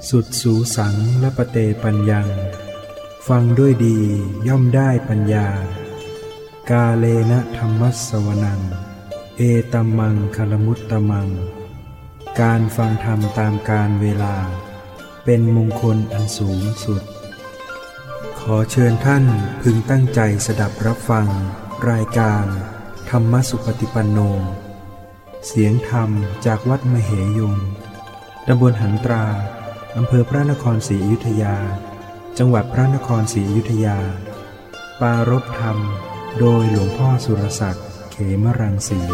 สุดสูสังและปเตปัญญังฟังด้วยดีย่อมได้ปัญญากาเลนะธัมมัสสวนังเอตัมมังคลมุตตมังการฟังธรรมตามกาลเวลาเป็นมงคลอันสูงสุดขอเชิญท่านพึงตั้งใจสดับรับฟังรายการธรรมสุปฏิปันโนเสียงธรรมจากวัดมเหยงตำบลหันตราอำเภอพระนครศรีอยุธยาจังหวัดพระนครศรีอยุธยาปารภธรรมโดยหลวงพ่อสุรศักดิ์เขมรังสี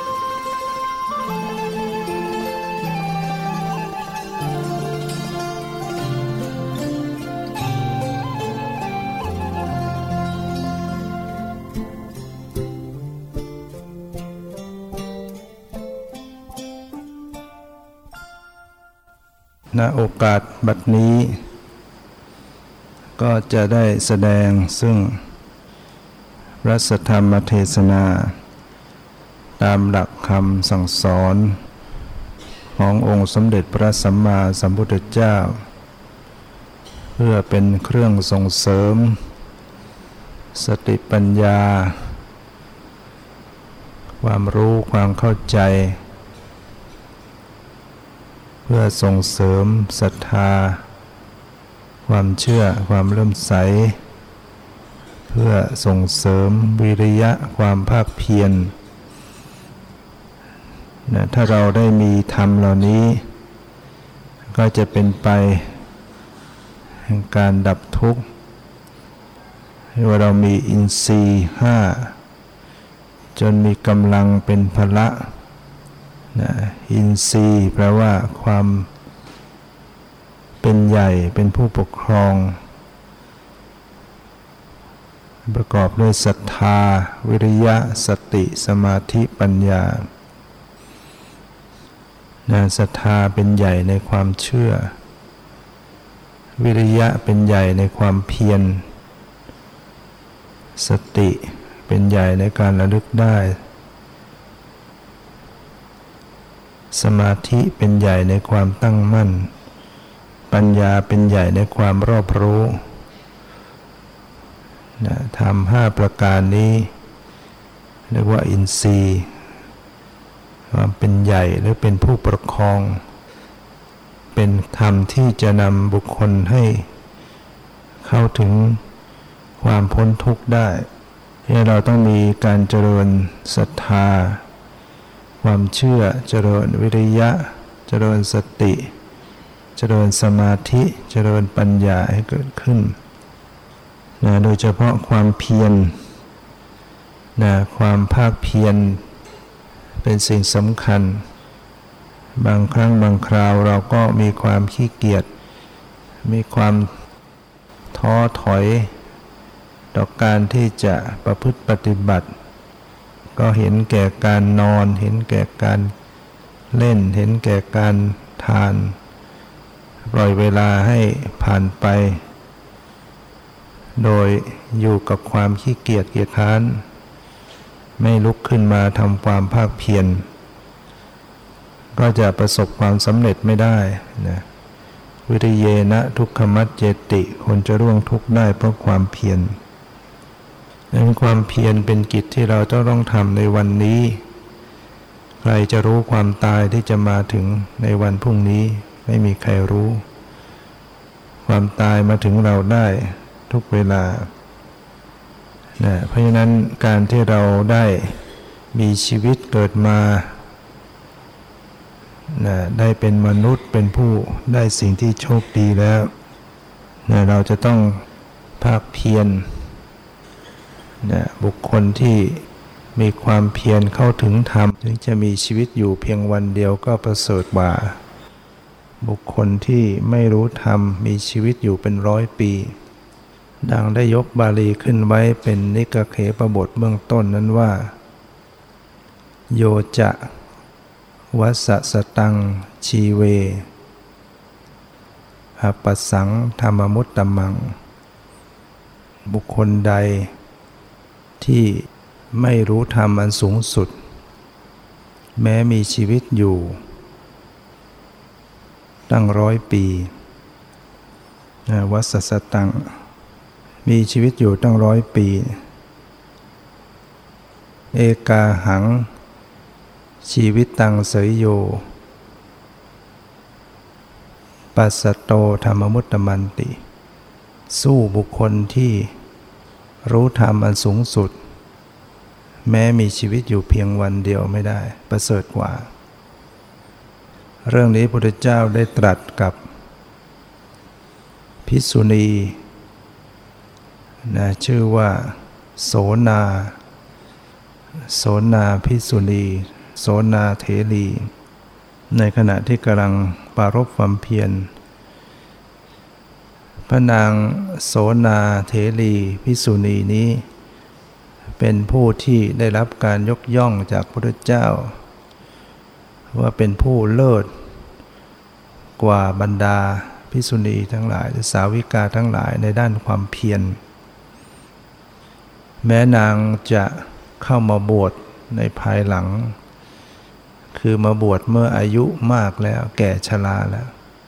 ณโอกาสบัดนี้ก็จะได้แสดงซึ่งพระสัทธรรมเทศนาตามหลักคำสั่งสอนขององค์สมเด็จพระสัมมาสัมพุทธเจ้าเพื่อเป็นเครื่องส่งเสริมสติปัญญาความรู้ความเข้าใจเพื่อส่งเสริมศรัทธาความเชื่อความเลื่อมใสเพื่อส่งเสริมวิริยะความภาคเพียรถ้าเราได้มีธรรมเหล่านี้ก็จะเป็นไปแห่งการดับทุกข์ว่าเรามีอินทรีย์ห้าจนมีกำลังเป็นพละอินทรีย์แปลว่าความเป็นใหญ่เป็นผู้ปกครองประกอบด้วยศรัทธาวิริยะสติสมาธิปัญญาศรัทธาเป็นใหญ่ในความเชื่อวิริยะเป็นใหญ่ในความเพียรสติเป็นใหญ่ในการระลึกได้สมาธิเป็นใหญ่ในความตั้งมั่นปัญญาเป็นใหญ่ในความรอบรู้ธรรมห้าประการนี้เรียกว่าอินทรีย์ความเป็นใหญ่หรือเป็นผู้ประคองเป็นธรรมที่จะนำบุคคลให้เข้าถึงความพ้นทุกข์ได้ที่เราต้องมีการเจริญศรัทธาความเชื่อเจริญวิริยะเจริญสติเจริญสมาธิเจริญปัญญาให้เกิดขึ้นโดยเฉพาะความเพียรความภาคเพียรเป็นสิ่งสำคัญบางครั้งบางคราวเราก็มีความขี้เกียจมีความท้อถอยต่อการที่จะประพฤติปฏิบัติก็เห็นแก่การนอนเห็นแก่การเล่นเห็นแก่การทานปล่อยเวลาให้ผ่านไปโดยอยู่กับความขี้เกียจเกียจคร้านไม่ลุกขึ้นมาทำความภาคเพียรก็จะประสบความสำเร็จไม่ได้นะวิริเยนะทุกขมัจเจติคนจะร่วงทุกข์ได้เพราะความเพียรดังนั้นความเพียรเป็นกิจที่เราต้องทำในวันนี้ใครจะรู้ความตายที่จะมาถึงในวันพรุ่งนี้ไม่มีใครรู้ความตายมาถึงเราได้ทุกเวลาเพราะฉะนั้นการที่เราได้มีชีวิตเกิดมาได้เป็นมนุษย์เป็นผู้ได้สิ่งที่โชคดีแล้วเราจะต้องภาคเพียรบุคคลที่มีความเพียรเข้าถึงธรรมถึงจะมีชีวิตอยู่เพียงวันเดียวก็ประเสริฐกว่าบุคคลที่ไม่รู้ธรรมมีชีวิตอยู่เป็น100 ปีดังได้ยกบาลีขึ้นไว้เป็นนิกเขปบทเบื้องต้นนั้นว่าโยจะวัสสตังชีเวหปัสสังธรรมมุตตมังบุคคลใดที่ไม่รู้ธรรมอันสูงสุดแม้มีชีวิตอยู่ตั้ง100 ปีวัสสตังมีชีวิตอยู่ตั้ง100 ปีเอกาหังชีวิตตังเสยโยปัสสโตธรรมมุตตมันติสู้บุคคลที่รู้ธรรมอันสูงสุดแม้มีชีวิตอยู่เพียงวันเดียวไม่ได้ประเสริฐกว่าเรื่องนี้พระพุทธเจ้าได้ตรัสกับภิกษุณีชื่อว่าโสนาภิกษุณีโสนาเถรีในขณะที่กำลังปรารภความเพียรพระนางโสนาเถรีภิกษุณีนี้เป็นผู้ที่ได้รับการยกย่องจากพระพุทธเจ้าว่าเป็นผู้เลิศกว่าบรรดาภิกษุณีทั้งหลายหรือสาวิกาทั้งหลายในด้านความเพียรแม้นางจะเข้ามาบวชในภายหลังคือมาบวชเมื่ออายุมากแล้วแก่ชราแล้ว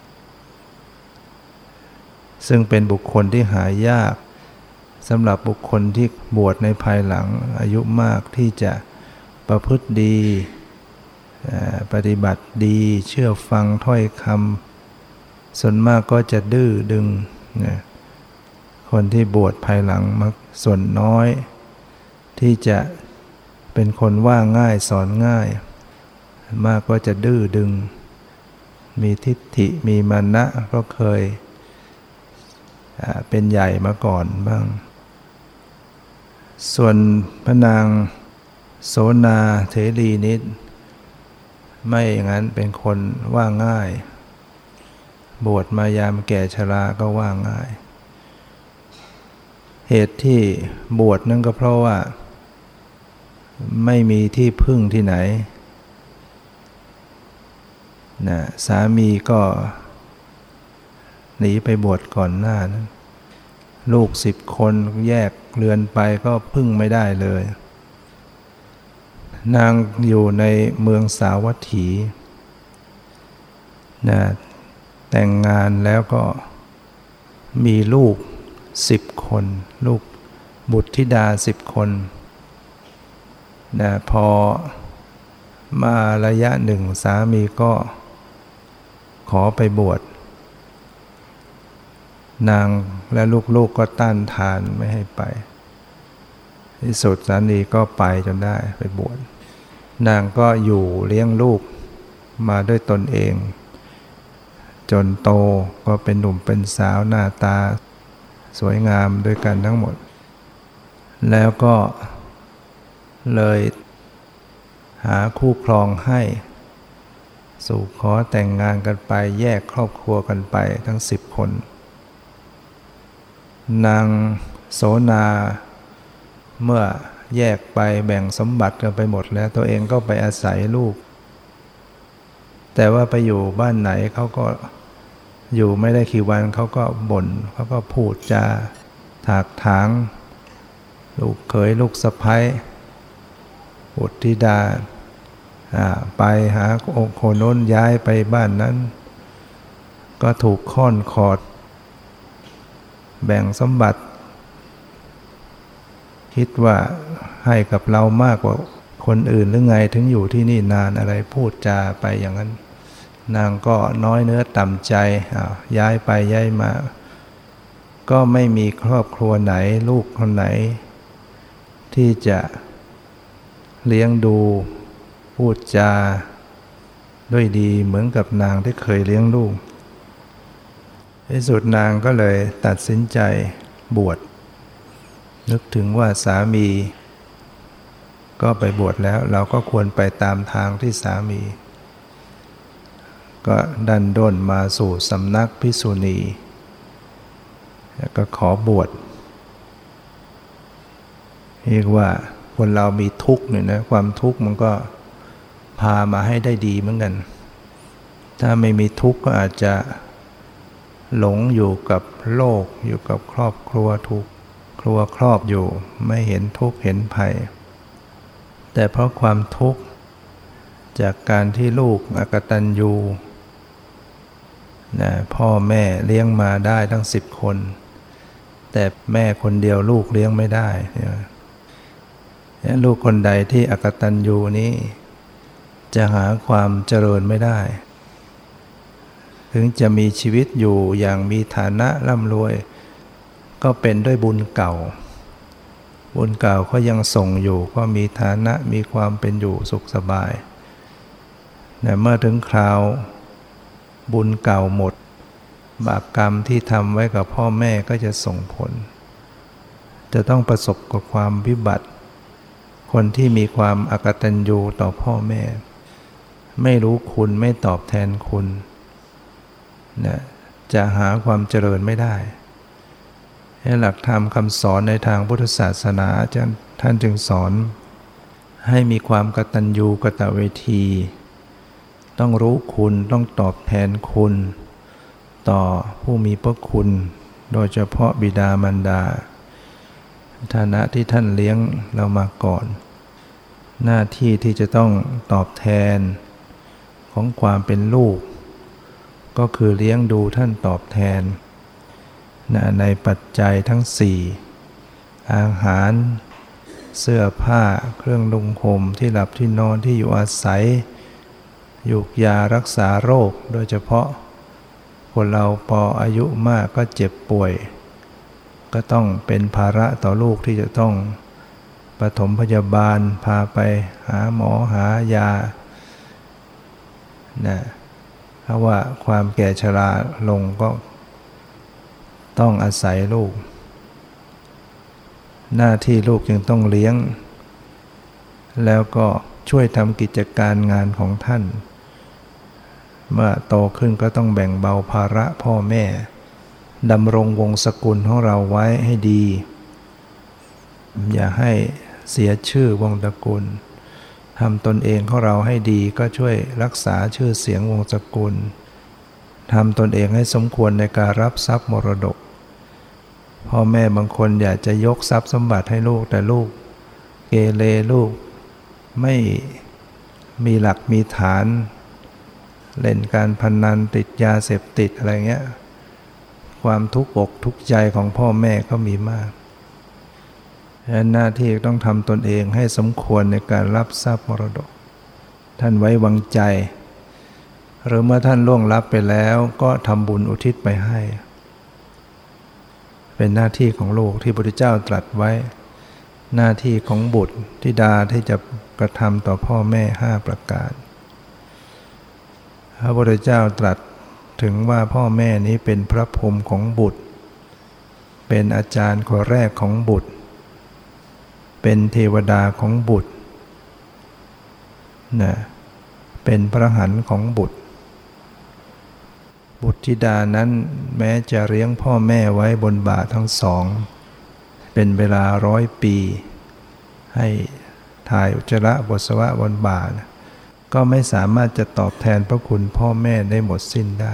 ซึ่งเป็นบุคคลที่หายากสำหรับบุคคลที่บวชในภายหลังอายุมากที่จะประพฤติดีปฏิบัติดีเชื่อฟังถ้อยคำส่วนมากก็จะดื้อดึงคนที่บวชภายหลังมักส่วนน้อยที่จะเป็นคนว่าง่ายสอนง่ายมากก็จะดื้อดึงมีทิฏฐิมีมานะเพราะเคยเป็นใหญ่มาก่อนบ้างส่วนพระนางโสนาเถรีนี้ไม่อย่างนั้นเป็นคนว่าง่ายบวชมายามแก่ชราก็ว่าง่ายเหตุที่บวชนั่นก็เพราะว่าไม่มีที่พึ่งที่ไหนสามีก็หนีไปบวชก่อนหน้านั้นลูก10 คนแยกเรือนไปก็พึ่งไม่ได้เลยนางอยู่ในเมืองสาวัตถีแต่งงานแล้วก็มีลูก10 คนลูกบุตรธิดา10 คนพอมาระยะหนึ่งสามีก็ขอไปบวชนางและลูกๆก็ต้านทานไม่ให้ไปที่สุดสามีก็ไปจนได้ไปบวชนางก็อยู่เลี้ยงลูกมาด้วยตนเองจนโตก็เป็นหนุ่มเป็นสาวหน้าตาสวยงามด้วยกันทั้งหมดแล้วก็เลยหาคู่ครองให้สู่ขอแต่งงานกันไปแยกครอบครัวกันไปทั้ง10 คนนางโสนาเมื่อแยกไปแบ่งสมบัติกันไปหมดแล้วตัวเองก็ไปอาศัยลูกแต่ว่าไปอยู่บ้านไหนเขาก็อยู่ไม่ได้กี่วันเขาก็บ่นเขาก็พูดจาถากถางลูกเขยลูกสะใภ้บุตรธิดาไปหาคนโน้นย้ายไปบ้านนั้นก็ถูกค่อนขอดแบ่งสมบัติคิดว่าให้กับเรามากกว่าคนอื่นหรือไงถึงอยู่ที่นี่นานอะไรพูดจาไปอย่างนั้นนางก็น้อยเนื้อต่ำใจย้ายไปย้ายมาก็ไม่มีครอบครัวไหนลูกคนไหนที่จะเลี้ยงดูพูดจาด้วยดีเหมือนกับนางที่เคยเลี้ยงลูกในสุดนางก็เลยตัดสินใจบวชนึกถึงว่าสามีก็ไปบวชแล้วเราก็ควรไปตามทางที่สามีก็ดันด้นมาสู่สำนักภิกษุณีแล้วก็ขอบวชเรียกว่าคนเรามีทุกข์เนี่ยนะความทุกข์มันก็พามาให้ได้ดีเหมือนกันถ้าไม่มีทุกข์ก็อาจจะหลงอยู่กับโลกอยู่กับครอบครัวถูกครัวครอบอยู่ไม่เห็นทุกข์เห็นภัยแต่เพราะความทุกข์จากการที่ลูกอกตัญญูนะพ่อแม่เลี้ยงมาได้ทั้ง10 คนแต่แม่คนเดียวลูกเลี้ยงไม่ได้ลูกคนใดที่อกตัญญูนี้จะหาความเจริญไม่ได้ถึงจะมีชีวิตอยู่อย่างมีฐานะร่ำรวยก็เป็นด้วยบุญเก่าก็ยังส่งอยู่ก็มีฐานะมีความเป็นอยู่สุขสบายแต่เมื่อถึงคราวบุญเก่าหมดบาปกรรมที่ทำไว้กับพ่อแม่ก็จะส่งผลจะต้องประสบกับความวิบัติคนที่มีความอกตัญญูต่อพ่อแม่ไม่รู้คุณไม่ตอบแทนคุณนะจะหาความเจริญไม่ได้หลักธรรมคำสอนในทางพุทธศาสนาท่านจึงสอนให้มีความกตัญญูกตเวทีต้องรู้คุณต้องตอบแทนคุณต่อผู้มีพระคุณโดยเฉพาะบิดามารดาฐานะที่ท่านเลี้ยงเรามาก่อนหน้าที่ที่จะต้องตอบแทนของความเป็นลูกก็คือเลี้ยงดูท่านตอบแทนในปัจจัยทั้ง4อาหารเสื้อผ้าเครื่องนุ่งห่มที่หลับที่นอนที่อยู่อาศัยยูกยารักษาโรคโดยเฉพาะคนเราพออายุมากก็เจ็บป่วยก็ต้องเป็นภาระต่อลูกที่จะต้องปฐมพยาบาลพาไปหาหมอหายาเพราะว่าความแก่ชราลงก็ต้องอาศัยลูกหน้าที่ลูกจึงต้องเลี้ยงแล้วก็ช่วยทำกิจการงานของท่านเมื่อโตขึ้นก็ต้องแบ่งเบาภาระพ่อแม่ดำรงวงศกุลของเราไว้ให้ดีอย่าให้เสียชื่อวงตระกูลทำตนเองของเราให้ดีก็ช่วยรักษาชื่อเสียงวงศกุลทำตนเองให้สมควรในการรับทรัพย์มรดกพ่อแม่บางคนอยากจะยกทรัพย์สมบัติให้ลูกแต่ลูกเกเรลูกไม่มีหลักมีฐานเล่นการพนันติดยาเสพติดอะไรเงี้ยความทุกข์อกทุกข์ใจของพ่อแม่ก็มีมากหน้าที่ต้องทำตนเองให้สมควรในการรับทรัพย์มรดกท่านไว้วางใจหรือเมื่อท่านล่วงลับไปแล้วก็ทำบุญอุทิศไปให้เป็นหน้าที่ของลูกที่พระพุทธเจ้าตรัสไว้หน้าที่ของบุตรธิดาที่จะกระทำต่อพ่อแม่5ประการพระพุทธเจ้าตรัสถึงว่าพ่อแม่นี้เป็นพระพรหมของบุตรเป็นอาจารย์คนแรกของบุตรเป็นเทวดาของบุตรเป็นพระหันของบุตรธิดานั้นแม้จะเลี้ยงพ่อแม่ไว้บนบ่าทั้งสองเป็นเวลา100 ปีให้ถ่ายอุจจาระปัสสาวะบนบ่าก็ไม่สามารถจะตอบแทนพระคุณพ่อแม่ได้หมดสิ้นได้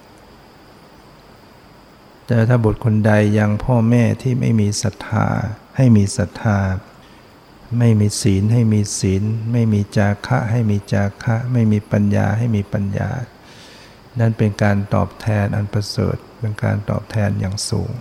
แต่ถ้าบุตรคนใดยังพ่อแม่ที่ไม่มีศรัทธาให้มีศรัทธาไม่มีศีลให้มีศีลไม่มีจาคะให้มีจาคะไม่มีปัญญาให้มีปัญญานั่นเป็นการตอบแทนอันประเสริฐเป็นการตอบแทนอย่างสูง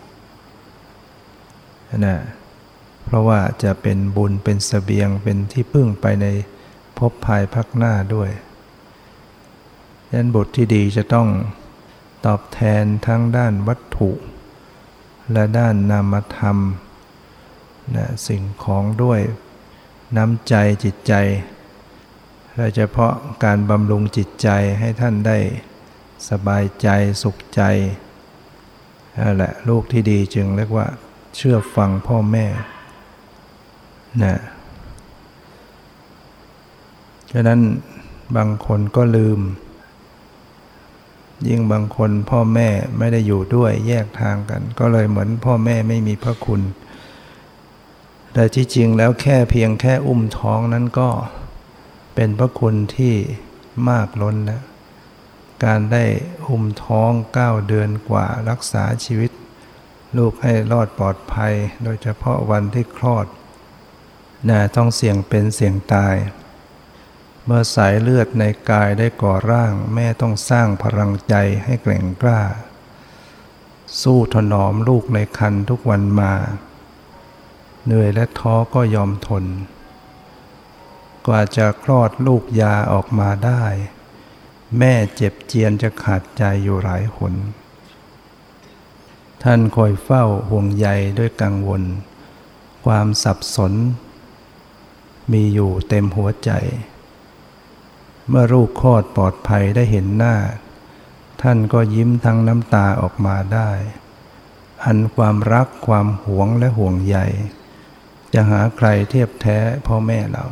เพราะว่าจะเป็นบุญเป็นเสบียงเป็นที่พึ่งไปในภพภายภาคหน้าด้วยดังนั้นบุตรที่ดีจะต้องตอบแทนทั้งด้านวัตถุและด้านนามธรรมสิ่งของด้วยน้ำใจจิตใจโดยเฉพาะการบำรุงจิตใจให้ท่านได้สบายใจสุขใจนั่นแหละลูกที่ดีจึงเรียกว่าเชื่อฟังพ่อแม่ฉะนั้นบางคนก็ลืมยิ่งบางคนพ่อแม่ไม่ได้อยู่ด้วยแยกทางกันก็เลยเหมือนพ่อแม่ไม่มีพระคุณแต่ที่จริงแล้วเพียงแค่อุ้มท้องนั้นก็เป็นพระคุณที่มากล้นแล้วการได้อุ้มท้อง9 เดือนกว่ารักษาชีวิตลูกให้รอดปลอดภัยโดยเฉพาะวันที่คลอดต้องเสี่ยงเป็นเสี่ยงตายเมื่อสายเลือดในกายได้ก่อร่างแม่ต้องสร้างพลังใจให้แกร่งกล้าสู้ถนอมลูกในครรภ์ทุกวันมาเหนื่อยและท้อก็ยอมทนกว่าจะคลอดลูกยาออกมาได้แม่เจ็บเจียนจะขาดใจอยู่หลายหนท่านคอยเฝ้าห่วงใยด้วยกังวลความสับสนมีอยู่เต็มหัวใจเมื่อลูกคลอดปลอดภัยได้เห็นหน้าท่านก็ยิ้มทั้งน้ำตาออกมาได้อันความรักความหวงและห่วงใยจะหาใครเทียบแท้พ่อแม่เรา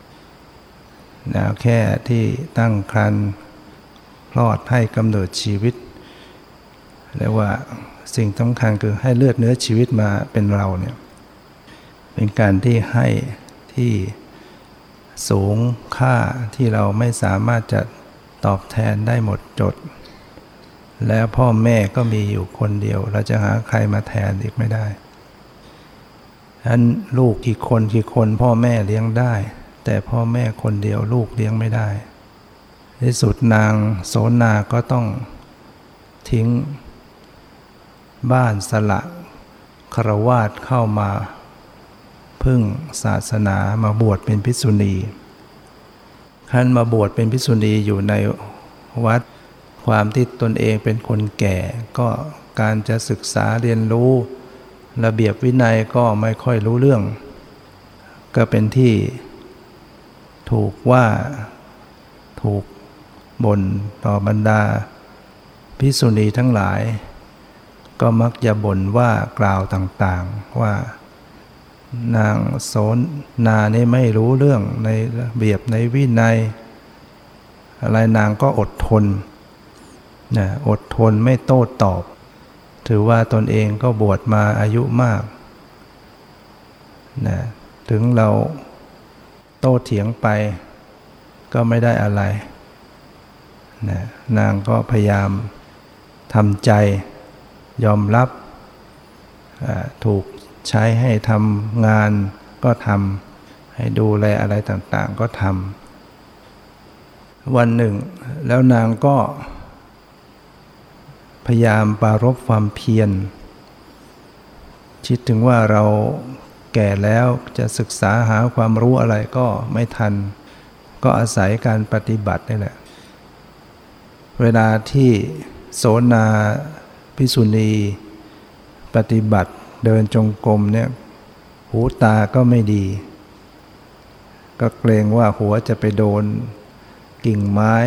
แค่ที่ตั้งครรภ์คลอดให้กำเนิดชีวิตเรียกว่าสิ่งสำคัญคือให้เลือดเนื้อชีวิตมาเป็นเราเนี่ยเป็นการที่ให้ที่สูงค่าที่เราไม่สามารถจะตอบแทนได้หมดจดแล้วพ่อแม่ก็มีอยู่คนเดียวเราจะหาใครมาแทนอีกไม่ได้ฉะนั้นลูกกี่คนพ่อแม่เลี้ยงได้แต่พ่อแม่คนเดียวลูกเลี้ยงไม่ได้ที่สุดนางโสนาก็ต้องทิ้งบ้านสละฆราวาสเข้ามาพึ่งศาสนามาบวชเป็นภิกษุณีท่านมาบวชเป็นภิกษุณีอยู่ในวัดความที่ตนเองเป็นคนแก่ก็การจะศึกษาเรียนรู้ระเบียบวินัยก็ไม่ค่อยรู้เรื่องก็เป็นที่ถูกว่าถูกบ่นต่อบรรดาภิกษุณีทั้งหลายก็มักจะบ่นว่ากล่าวต่างๆว่านางโสนานี่ไม่รู้เรื่องในระเบียบในวินัยอะไรนางก็อดทนอดทนไม่โต้ตอบถือว่าตนเองก็บวชมาอายุมากถึงเราโต้เถียงไปก็ไม่ได้อะไรนางก็พยายามทำใจยอมรับถูกใช้ให้ทำงานก็ทำให้ดูแลอะไรต่างๆก็ทำวันหนึ่งแล้วนางก็พยายามปรารภความเพียรคิดถึงว่าเราแก่แล้วจะศึกษาหาความรู้อะไรก็ไม่ทันก็อาศัยการปฏิบัตินี่แหละเวลาที่โสนาภิกษุณีปฏิบัติเดินจงกรมเนี่ยหูตาก็ไม่ดีก็เกรงว่าหัวจะไปโดนกิ่งไม้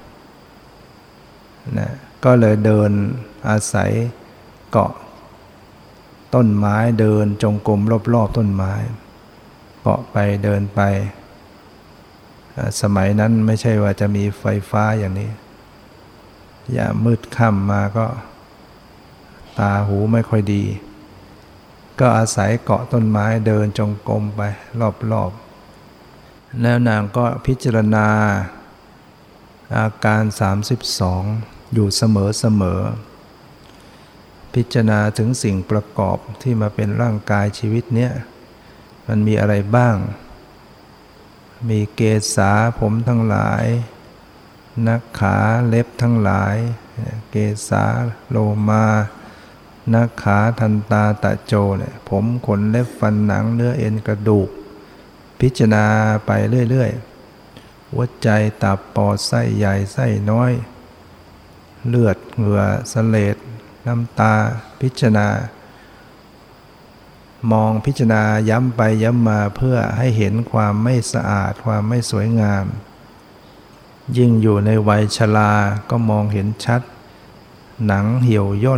ก็เลยเดินอาศัยเกาะต้นไม้เดินจงกรมรอบๆต้นไม้เกาะไปเดินไปสมัยนั้นไม่ใช่ว่าจะมีไฟฟ้าอย่างนี้อย่ามืดค่ำมาก็ตาหูไม่ค่อยดีก็อาศัยเกาะต้นไม้เดินจงกรมไปรอบๆแล้วนางก็พิจารณาอาการ32อยู่เสมอพิจารณาถึงสิ่งประกอบที่มาเป็นร่างกายชีวิตเนี้ยมันมีอะไรบ้างมีเกศาผมทั้งหลายนักขาเล็บทั้งหลายเกศาโลมานักขาทันตาตะโจเนี่ยผมขนเล็บฟันหนังเนื้อเอ็นกระดูกพิจารณาไปเรื่อยๆหัวใจตับปอดไส้ใหญ่ไส้น้อยเลือดเหงื่อเสลดน้ำตาพิจารณามองพิจารณาย้ำไปย้ำมาเพื่อให้เห็นความไม่สะอาดความไม่สวยงามยิ่งอยู่ในวัยชราก็มองเห็นชัดหนังเหี่ยวย่น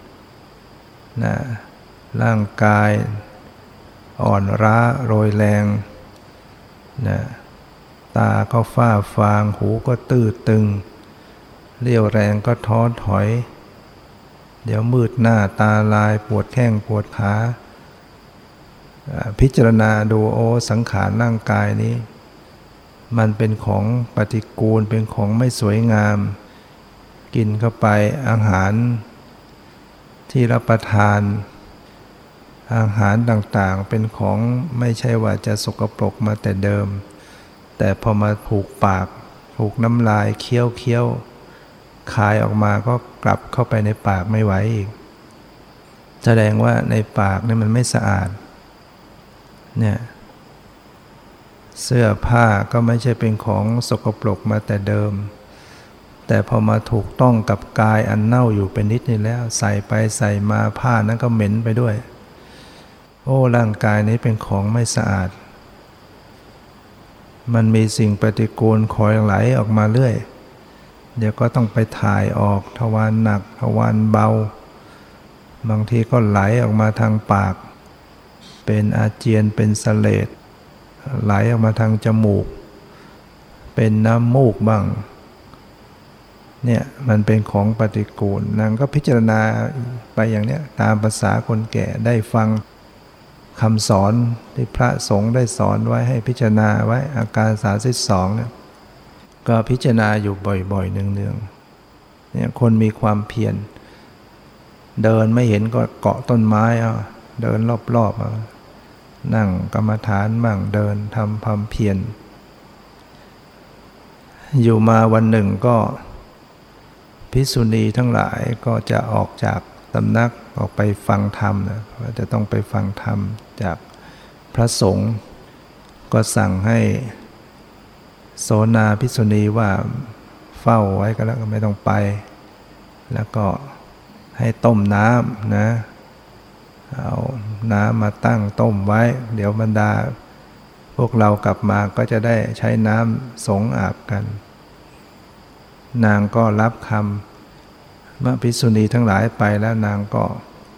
ร่างกายอ่อนล้าโรยแรงตาก็ฝ้าฟางหูก็ตื้อตึงเรี่ยวแรงก็ท้อถอยเดี๋ยวมืดหน้าตาลายปวดแข้งปวดขาพิจารณาดูสังขารร่างกายนี้มันเป็นของปฏิกูลเป็นของไม่สวยงามกินเข้าไปอาหารที่รับประทานอาหารต่างๆเป็นของไม่ใช่ว่าจะสกปรกมาแต่เดิมแต่พอมาถูกปากถูกน้ำลายเคี้ยวคายออกมาก็กลับเข้าไปในปากไม่ไหวอีกแสดงว่าในปากนี่มันไม่สะอาดเนี่ยเสื้อผ้าก็ไม่ใช่เป็นของสกปรกมาแต่เดิมแต่พอมาถูกต้องกับกายอันเน่าอยู่เป็นนิดนี่แล้วใส่ไปใส่มาผ้านั้นก็เหม็นไปด้วยโอ้ร่างกายนี้เป็นของไม่สะอาดมันมีสิ่งปฏิกูลคอยไหลออกมาเรื่อยเดี๋ยวก็ต้องไปถ่ายออกทวารหนักทวารเบาบางทีก็ไหลออกมาทางปากเป็นอาเจียนเป็นเสลดไหลออกมาทางจมูกเป็นน้ำมูกบ้างเนี่ยมันเป็นของปฏิกูลนางก็พิจารณาไปอย่างเนี้ยตามภาษาคนแก่ได้ฟังคำสอนที่พระสงฆ์ได้สอนไว้ให้พิจารณาไว้อาการ32เนี่ยก็พิจารณาอยู่บ่อยๆเนืองๆเนี่ยคนมีความเพียรเดินไม่เห็นก็เกาะต้นไม้เดินรอบๆนั่งกรรมฐานบ้างเดินทำความเพียรอยู่มาวันหนึ่งก็ภิกษุณีทั้งหลายก็จะออกจากสำนักออกไปฟังธรรมนะว่าจะต้องไปฟังธรรมจากพระสงฆ์ก็สั่งให้โสนาภิกษุณีว่าเฝ้าไว้ก็แล้วก็ไม่ต้องไปแล้วก็ให้ต้มน้ำนะเอาน้ำมาตั้งต้มไว้เดี๋ยวบรรดาพวกเรากลับมาก็จะได้ใช้น้ำสงอาบกันนางก็รับคำเมื่อภิกษุณีทั้งหลายไปแล้วนางก็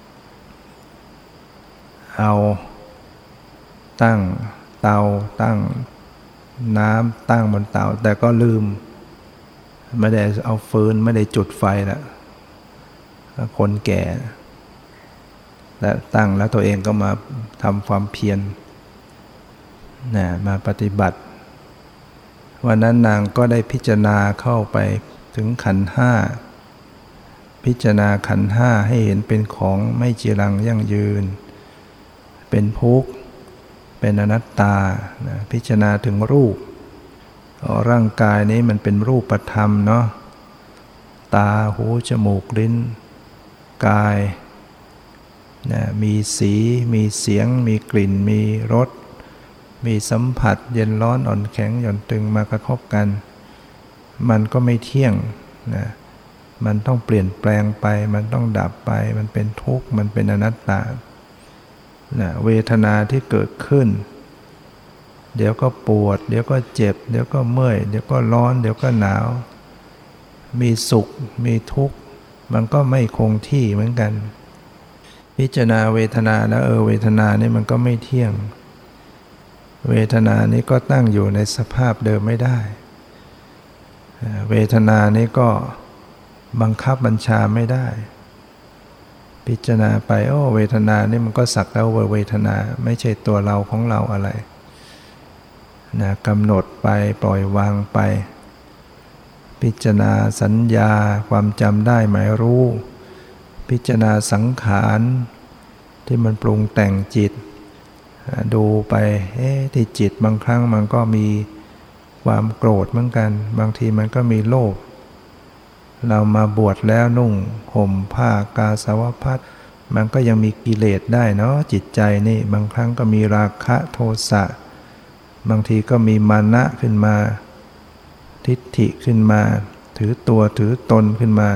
เอาตั้งเตาตั้งน้ำตั้งบนเตาแต่ก็ลืมไม่ได้เอาฟืนไม่ได้จุดไฟแล้วคนแก่และตั้งแล้วตัวเองก็มาทำความเพียรมาปฏิบัติวันนั้นนางก็ได้พิจารณาเข้าไปถึงขันธ์ห้าพิจารณาขันธ์ห้าให้เห็นเป็นของไม่จีรังยั่งยืนเป็นทุกข์เป็นอนัตตาพิจารณาถึงรูปร่างกายนี้มันเป็นรูปธรรมเนาะตาหูจมูกลิ้นกายมีสีมีเสียงมีกลิ่นมีรสมีสัมผัสเย็นร้อนอ่อนแข็งหย่อนตึงมากระทบกันมันก็ไม่เที่ยงนะมันต้องเปลี่ยนแปลงไปมันต้องดับไปมันเป็นทุกข์มันเป็นอนัตตาเวทนาที่เกิดขึ้นเดี๋ยวก็ปวดเดี๋ยวก็เจ็บเดี๋ยวก็เมื่อยเดี๋ยวก็ร้อนเดี๋ยวก็หนาวมีสุขมีทุกข์มันก็ไม่คงที่เหมือนกันพิจารณาเวทนาแล้วเวทนานี่มันก็ไม่เที่ยงเวทนานี้ก็ตั้งอยู่ในสภาพเดิมไม่ได้เวทนานี้ก็บังคับบัญชาไม่ได้พิจารณาไปเวทนานี่มันก็สักแต่ว่าเวทนาไม่ใช่ตัวเราของเราอะไรกำหนดไปปล่อยวางไปพิจารณาสัญญาความจำได้หมายรู้พิจารณาสังขารที่มันปรุงแต่งจิตดูไปที่จิตบางครั้งมันก็มีความโกรธเหมือนกันบางทีมันก็มีโลภเรามาบวชแล้วนุ่งห่มผ้ากาสาวพัสมันก็ยังมีกิเลสได้เนาะจิตใจนี่บางครั้งก็มีราคะโทสะบางทีก็มีมานะขึ้นมาทิฏฐิขึ้นมาถือตัวถือตนขึ้นมา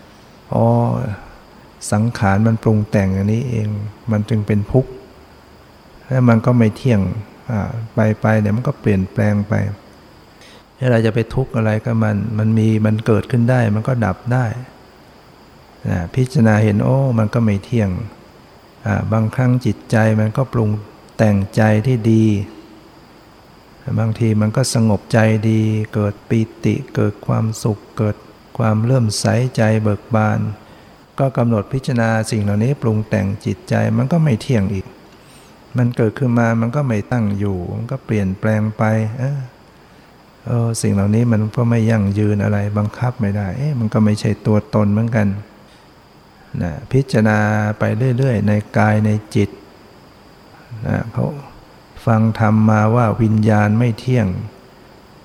สังขารมันปรุงแต่งอย่างนี้เองมันจึงเป็นทุกข์แล้วมันก็ไม่เที่ยงไปเดี๋ยวมันก็เปลี่ยนแปลงไปถ้าเราจะไปทุกข์อะไรก็มันเกิดขึ้นได้มันก็ดับได้พิจารณาเห็นมันก็ไม่เที่ยงบางครั้งจิตใจมันก็ปรุงแต่งใจที่ดีบางทีมันก็สงบใจดีเกิดปีติเกิดความสุขเกิดความเลื่อมใสใจเบิกบานก็กำหนดพิจารณาสิ่งเหล่านี้ปรุงแต่งจิตใจมันก็ไม่เที่ยงอีกมันเกิดขึ้นมามันก็ไม่ตั้งอยู่มันก็เปลี่ยนแปลงไปสิ่งเหล่านี้มันก็ไม่ยั่งยืนอะไรบังคับไม่ได้มันก็ไม่ใช่ตัวตนเหมือนกันพิจารณาไปเรื่อยๆในกายในจิตเขาฟังธรรมมาว่าวิญญาณไม่เที่ยง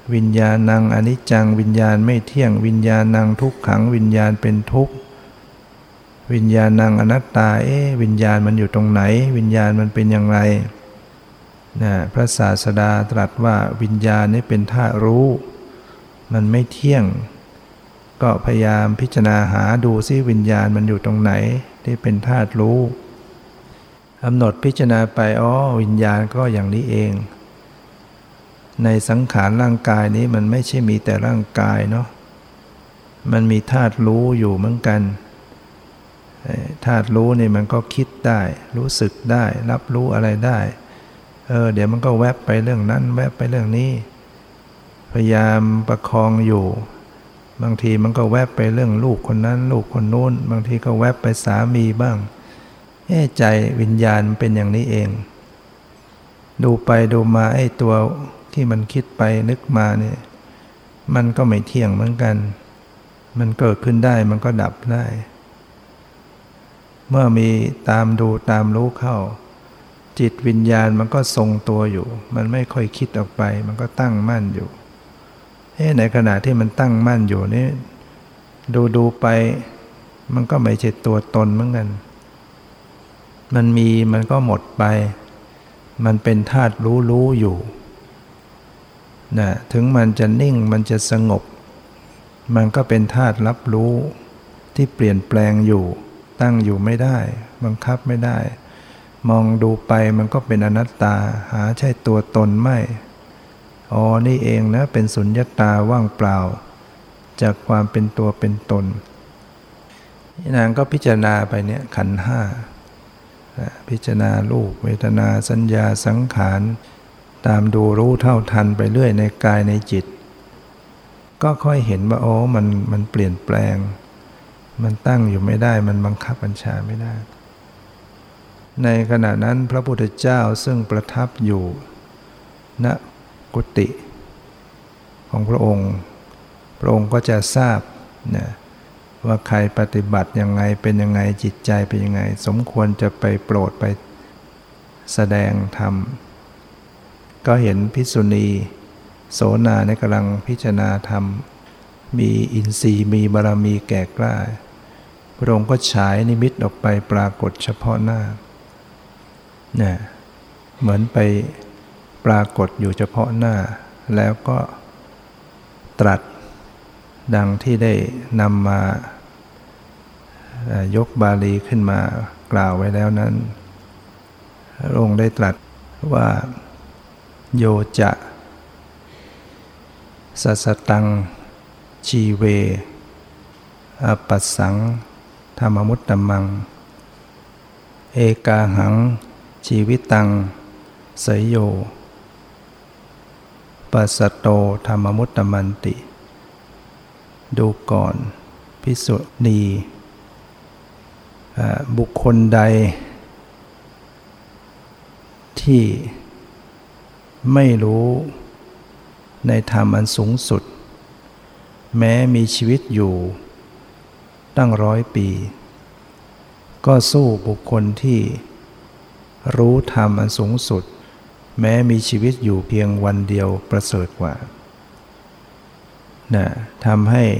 วิญญาณังอนิจจังวิญญาณไม่เที่ยงวิญญาณังทุกขังวิญญาณเป็นทุกข์วิญญาณังอนัตตาวิญญาณมันอยู่ตรงไหนวิญญาณมันเป็นอย่างไรนะพระศาสดาตรัสว่าวิญญาณนี่เป็นธาตุรู้มันไม่เที่ยงก็พยายามพิจารณาหาดูซิวิญญาณมันอยู่ตรงไหนที่เป็นธาตุรู้กำหนดพิจารณาไปวิญญาณก็อย่างนี้เองในสังขารร่างกายนี้มันไม่ใช่มีแต่ร่างกายเนาะมันมีธาตุรู้อยู่เหมือนกันธาตุรู้นี่มันก็คิดได้รู้สึกได้รับรู้อะไรได้เดี๋ยวมันก็แวบไปเรื่องนั้นแวบไปเรื่องนี้พยายามประคองอยู่บางทีมันก็แวบไปเรื่องลูกคนนั้นลูกคนโน้นบางทีก็แวบไปสามีบ้างใจวิญญาณเป็นอย่างนี้เองดูไปดูมาตัวที่มันคิดไปนึกมาเนี่ยมันก็ไม่เที่ยงเหมือนกันมันเกิดขึ้นได้มันก็ดับได้เมื่อมีตามดูตามรู้เข้าจิตวิญญาณมันก็ทรงตัวอยู่มันไม่ค่อยคิดออกไปมันก็ตั้งมั่นอยู่ในขณะที่มันตั้งมั่นอยู่นี่ดูไปมันก็ไม่ใช่ตัวตนเหมือนกันมันมีมันก็หมดไปมันเป็นธาตุรู้อยู่นะถึงมันจะนิ่งมันจะสงบมันก็เป็นธาตุรับรู้ที่เปลี่ยนแปลงอยู่ตั้งอยู่ไม่ได้บังคับไม่ได้มองดูไปมันก็เป็นอนัตตาหาใช่ตัวตนไม่นี่เองนะเป็นสุญญตาว่างเปล่าจากความเป็นตัวเป็นตนนางก็พิจารณาไปเนี่ยขันธ์ห้าพิจารณารูปเวทนาสัญญาสังขารตามดูรู้เท่าทันไปเรื่อยในกายในจิตก็ค่อยเห็นว่ามันเปลี่ยนแปลงมันตั้งอยู่ไม่ได้มันบังคับบัญชาไม่ได้ในขณะนั้นพระพุทธเจ้าซึ่งประทับอยู่ณกุฏิของพระองค์ก็จะทราบนะว่าใครปฏิบัติยังไงเป็นยังไงจิตใจเป็นยังไงสมควรจะไปโปรดไปแสดงธรรมก็เห็นภิกษุณีโสนาในกำลังพิจารณาธรรมมีอินทรีย์มีบารมีแก่กล้าพระองค์ก็ฉายนิมิตออกไปปรากฏเฉพาะหน้าเนี่ยเหมือนไปปรากฏอยู่เฉพาะหน้าแล้วก็ตรัสดังที่ได้นำมายกบาลีขึ้นมากล่าวไว้แล้วนั้นพระองค์ได้ตรัสว่าโยจะสัสตังชีเวอปัสสังธรรมมุตตมังเอกาหังชีวิตังเสยโยปัสสโตธรรมมุตตมันติดูก่อนภิกษุณีบุคคลใดที่ไม่รู้ในธรรมอันสูงสุดแม้มีชีวิตอยู่ตั้ง100 ปีก็สู้บุคคลที่รู้ธรรมอันสูงสุดแม้มีชีวิตอยู่เพียงวันเดียวประเสริฐกว่าทำให้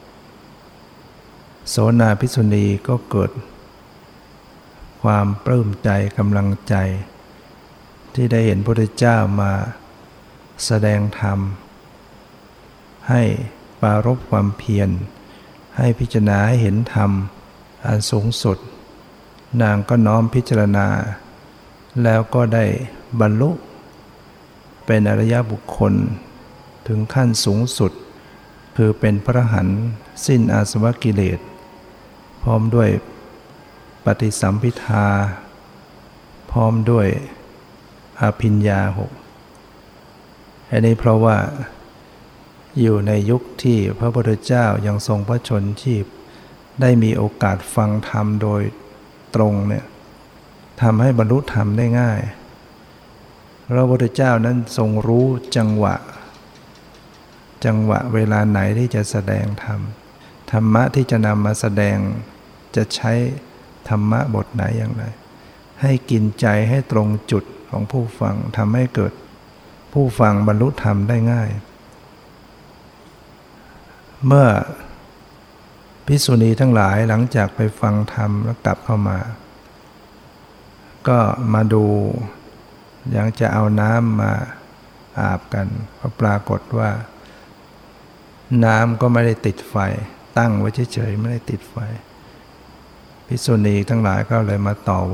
โสนาภิกษุณีก็เกิดความปลื้มใจกำลังใจที่ได้เห็นพระพุทธเจ้ามาแสดงธรรมให้ปรารภความเพียรให้พิจารณาให้เห็นธรรมอันสูงสุดนางก็น้อมพิจารณาแล้วก็ได้บรรลุเป็นอริยบุคคลถึงขั้นสูงสุดคือเป็นพระอรหันต์สิ้นอาสวะกิเลสพร้อมด้วยปฏิสัมภิทาพร้อมด้วยอภิญญา6อันนี้เพราะว่าอยู่ในยุคที่พระพุทธเจ้ายังทรงพระชนชีพได้มีโอกาสฟังธรรมโดยตรงเนี่ยทำให้บรรลุธรรมได้ง่ายพระพุทธเจ้านั้นทรงรู้จังหวะเวลาไหนที่จะแสดงธรรมะที่จะนำมาแสดงจะใช้ธรรมะบทไหนอย่างไรให้กินใจให้ตรงจุดของผู้ฟังทำให้เกิดผู้ฟังบรรลุธรรมได้ง่ายเมื่อภิกษุณีทั้งหลายหลังจากไปฟังธรรมแล้วกลับเข้ามาก็มาดูยังจะเอาน้ำมาอาบกันก็ปรากฏว่าน้ำก็ไม่ได้ติดไฟตั้งไว้เฉยๆไม่ได้ติดไฟภิกษุณีทั้งหลายก็เลยมาต่อ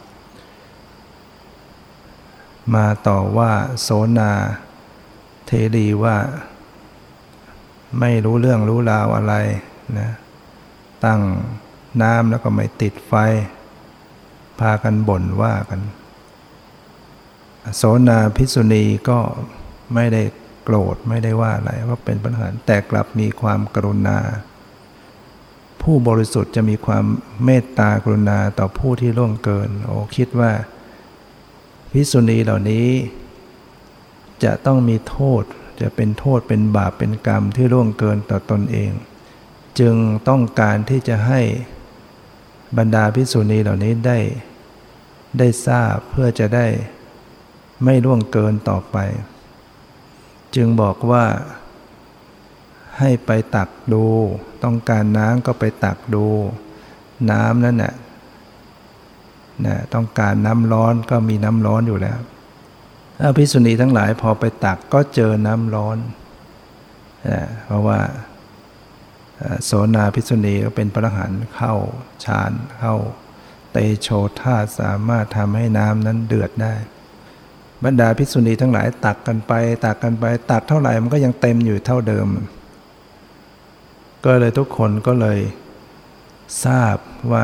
ว่าโสนาเทรีว่าไม่รู้เรื่องรู้ราวอะไรนะตั้งน้ำแล้วก็ไม่ติดไฟพากันบ่นว่ากันโสนาภิกษุณีก็ไม่ได้โกรธไม่ได้ว่าอะไรว่าเป็นปัญหาแต่กลับมีความกรุณาผู้บริสุทธิ์จะมีความเมตตากรุณาต่อผู้ที่ล่วงเกินคิดว่าภิกษุณีเหล่านี้จะต้องมีโทษจะเป็นโทษเป็นบาปเป็นกรรมที่ล่วงเกินต่อตนเองจึงต้องการที่จะให้บรรดาภิกษุณีเหล่านี้ได้ทราบเพื่อจะได้ไม่ล่วงเกินต่อไปจึงบอกว่าให้ไปตักดูต้องการน้ำก็ไปตักดูน้ำนั้นน่ะต้องการน้ำร้อนก็มีน้ำร้อนอยู่แล้วภิกษุณีทั้งหลายพอไปตักก็เจอน้ำร้อนเพราะว่าโสนาภิกษุณีก็เป็นพระอรหันต์เข้าฌานเข้าเตโชธาตุสามารถทำให้น้ำนั้นเดือดได้บรรดาภิกษุณีทั้งหลายตักกันไปตักเท่าไหร่มันก็ยังเต็มอยู่เท่าเดิมก็เลยทุกคนก็เลยทราบว่า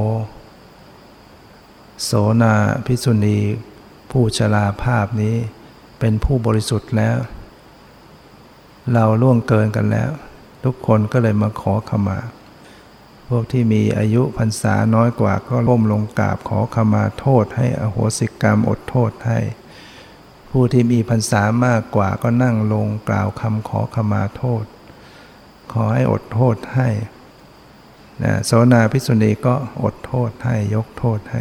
โสนาภิกษุณีผู้ชราภาพนี้เป็นผู้บริสุทธิ์แล้วเราล่วงเกินกันแล้วทุกคนก็เลยมาขอขมาพวกที่มีอายุพรรษาน้อยกว่าก็ก้มลงกราบขอขมาโทษให้อโหสิกรรมอดโทษให้ผู้ที่มีพรรษามากกว่าก็นั่งลงกล่าวคำขอขมาโทษขอให้อดโทษให้โสนาภิกษุณีก็อดโทษให้ยกโทษให้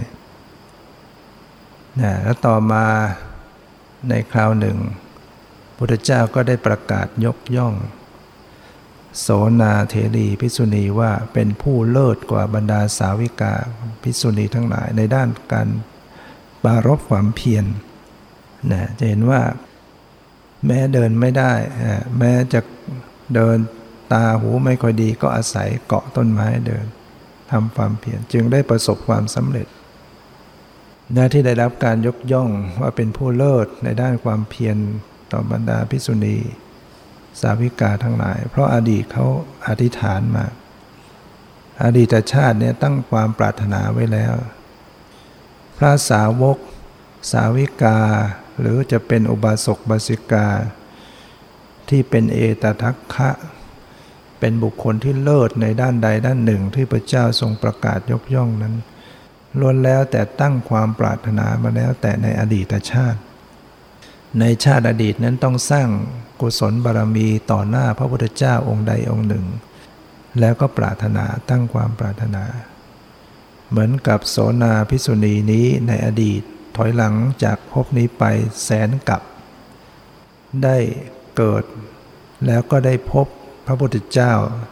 แล้วต่อมาในคราวหนึ่งพุทธเจ้าก็ได้ประกาศยกย่องโสนาเถรีภิกษุณีว่าเป็นผู้เลิศกว่าบรรดาสาวิกาภิกษุณีทั้งหลายในด้านการปรารภความเพียรจะเห็นว่าแม้เดินไม่ได้แม้จะเดินตาหูไม่ค่อยดีก็อาศัยเกาะต้นไม้เดินทำความเพียรจึงได้ประสบความสำเร็จที่ได้รับการยกย่องว่าเป็นผู้เลิศในด้านความเพียรต่อบรรดาภิกษุณีสาวิกาทั้งหลายเพราะอดีตเขาอธิษฐานมาอดีตชาติเนี่ยตั้งความปรารถนาไว้แล้วพระสาวกสาวิกาหรือจะเป็นอุบาสกอุบาสิกาที่เป็นเอตทัคคะเป็นบุคคลที่เลิศในด้านใดด้านหนึ่งที่พระเจ้าทรงประกาศยกย่องนั้นล้วนแล้วแต่ตั้งความปรารถนามาแล้วแต่ในอดีตชาติในชาติอดีตนั้นต้องสร้างกุศลบารมีต่อหน้าพระพุทธเจ้าองค์ใดองค์หนึ่งแล้วก็ปรารถนาตั้งความปรารถนาเหมือนกับโสนาภิกษุณีนี้ในอดีตถอยหลังจากภพนี้ไปแสนกับได้เกิดแล้วก็ได้พบพระพุทธเจ้า